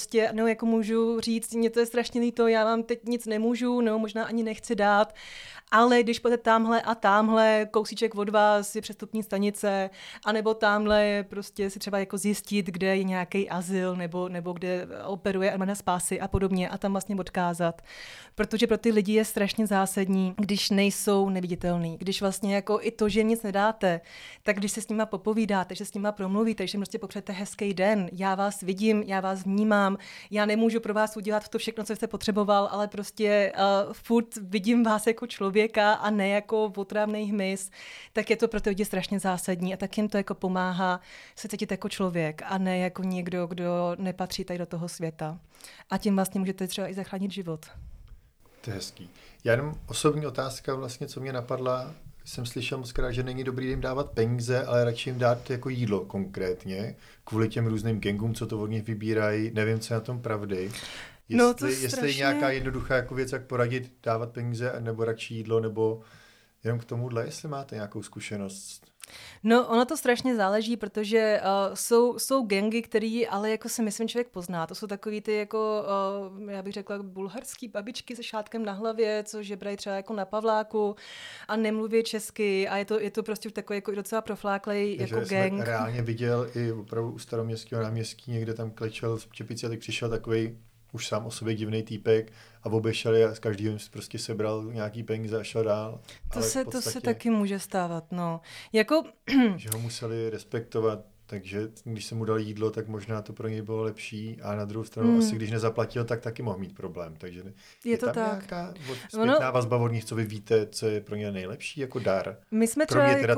můžu říct, mně to je strašně líto, já vám teď nic nemůžu, no možná ani nechci dát, ale když půjdete tamhle a tamhle, kousíček od vás je přestupní stanice, anebo tamhle prostě si třeba jako zjistit, kde je nějaký azyl, nebo kde operuje armáda spásy a podobně a tam vlastně odkázat. Protože pro ty lidi je strašně zásadní, když nejsou neviditelný, když vlastně jako i to, že jim nic nedáte, tak když se s nima popovídáte, že s nima promluvíte, že prostě popřete hezký den, já vás vidím, já vás vnímám, já nemůžu pro vás udělat to všechno, co jste potřeboval, ale prostě furt vidím vás jako člověka a ne jako otravnej hmyz, tak je to pro ty lidi strašně zásadní a tak jim to jako pomáhá se cítit jako člověk a ne jako někdo, kdo nepatří tady do toho světa. A tím vlastně můžete třeba i zachránit život. To je hezký. Já jenom osobní otázka vlastně, co mě napadla, jsem slyšel mockrát, že není dobrý jim dávat peníze, ale radši jim dát jako jídlo konkrétně, kvůli těm různým gangům, co to od nich vybírají. Nevím, co je na tom pravdy. Jestli je nějaká jednoduchá jako věc, jak poradit, dávat peníze, nebo radši jídlo, nebo jenom k tomuhle, jestli máte nějakou zkušenost. No, ono to strašně záleží, protože jsou gangy, který ale jako si myslím člověk pozná. To jsou takový ty jako, já bych řekla, bulharský babičky se šátkem na hlavě, co žebrají třeba jako na Pavláku a nemluví česky a je to prostě takový jako docela profláklej jako gang. Jsem reálně viděl i opravdu u Staroměstského náměstí, někde tam klečel v čepici a teď přišel takový už sám o sobě divný týpek a obešel je a z každého prostě sebral nějaký peníze a šel dál. To se taky může stávat, no. Jako... že ho museli respektovat, takže když se mu dal jídlo, tak možná to pro něj bylo lepší a na druhou stranu asi když nezaplatil, tak taky mohl mít problém. Takže je to tam tak. Nějaká zpětná vazba od nich, co vy víte, co je pro ně nejlepší jako dar? My jsme kromě teda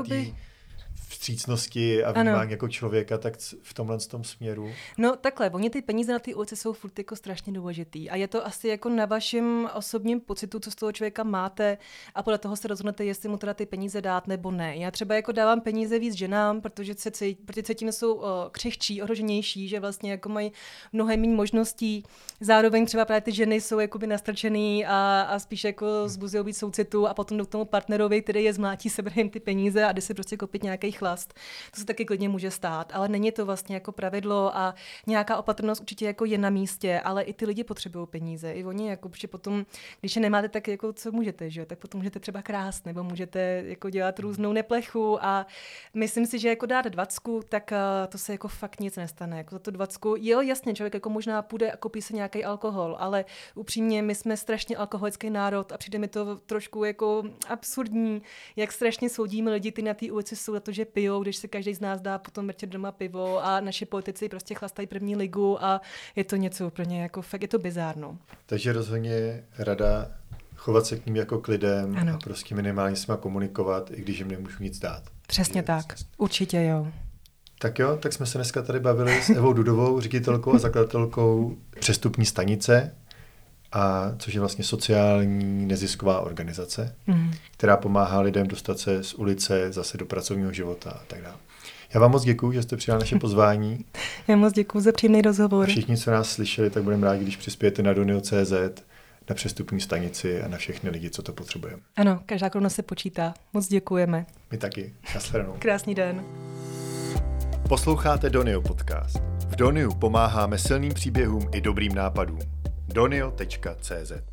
vstřícnosti a vnímání jako člověka, tak v tomhle tom směru. No takhle, oni ty peníze na ty ulici jsou furt jako strašně důležitý a je to asi jako na vašem osobním pocitu, co z toho člověka máte a podle toho se rozhodnete, jestli mu teda ty peníze dát nebo ne. Já třeba jako dávám peníze víc ženám, protože cítím, jsou křehčí, ohroženější, že vlastně jako mají mnohem méně možností. Zároveň třeba právě ty ženy jsou jakoby nastrčený a spíš jako zbuzují víc soucitu a potom jdou k tomu partnerovi, který je zmlátí, sebere jim ty peníze a jde si prostě koupit nějaký chlast. To se taky klidně může stát, ale není to vlastně jako pravidlo a nějaká opatrnost určitě jako je na místě, ale i ty lidi potřebují peníze. I oni jako, protože potom, když je nemáte, tak jako co můžete, že? Tak potom můžete třeba krást nebo můžete jako dělat různou neplechu a myslím si, že jako dát 20, tak to se jako fakt nic nestane. Jako za to 20, jo, jasně, člověk jako možná půjde a koupí si nějaký alkohol, ale upřímně my jsme strašně alkoholický národ a přijde mi to trošku jako absurdní, jak strašně soudíme lidi, ty na té ulici jsou za to, že pijou, když si každý z nás dá potom večer doma pivo a naši politici prostě chlastají první ligu a je to něco úplně jako fakt, je to bizárno. Takže rozhodně rada chovat se k ním jako k lidem a prostě minimálně s nimi komunikovat, i když jim nemůžu nic dát. Přesně tak, určitě jo. Tak jo, tak jsme se dneska tady bavili s Evou Dudovou, ředitelkou a zakladatelkou Přestupní stanice, což je vlastně sociální nezisková organizace, která pomáhá lidem dostat se z ulice zase do pracovního života a tak dále. Já vám moc děkuju, že jste přijali naše pozvání. Já moc děkuju za příjemný rozhovor. Všichni, co nás slyšeli, tak budeme rádi, když přispějete na donio.cz, na Přestupní stanici a na všechny lidi, co to potřebujeme. Ano, každá koruna se počítá. Moc děkujeme. My taky. Nashledanou. Krásný den. Posloucháte Donio podcast. V Doniu pomáháme silným příběhům i dobrým nápadům. donio.cz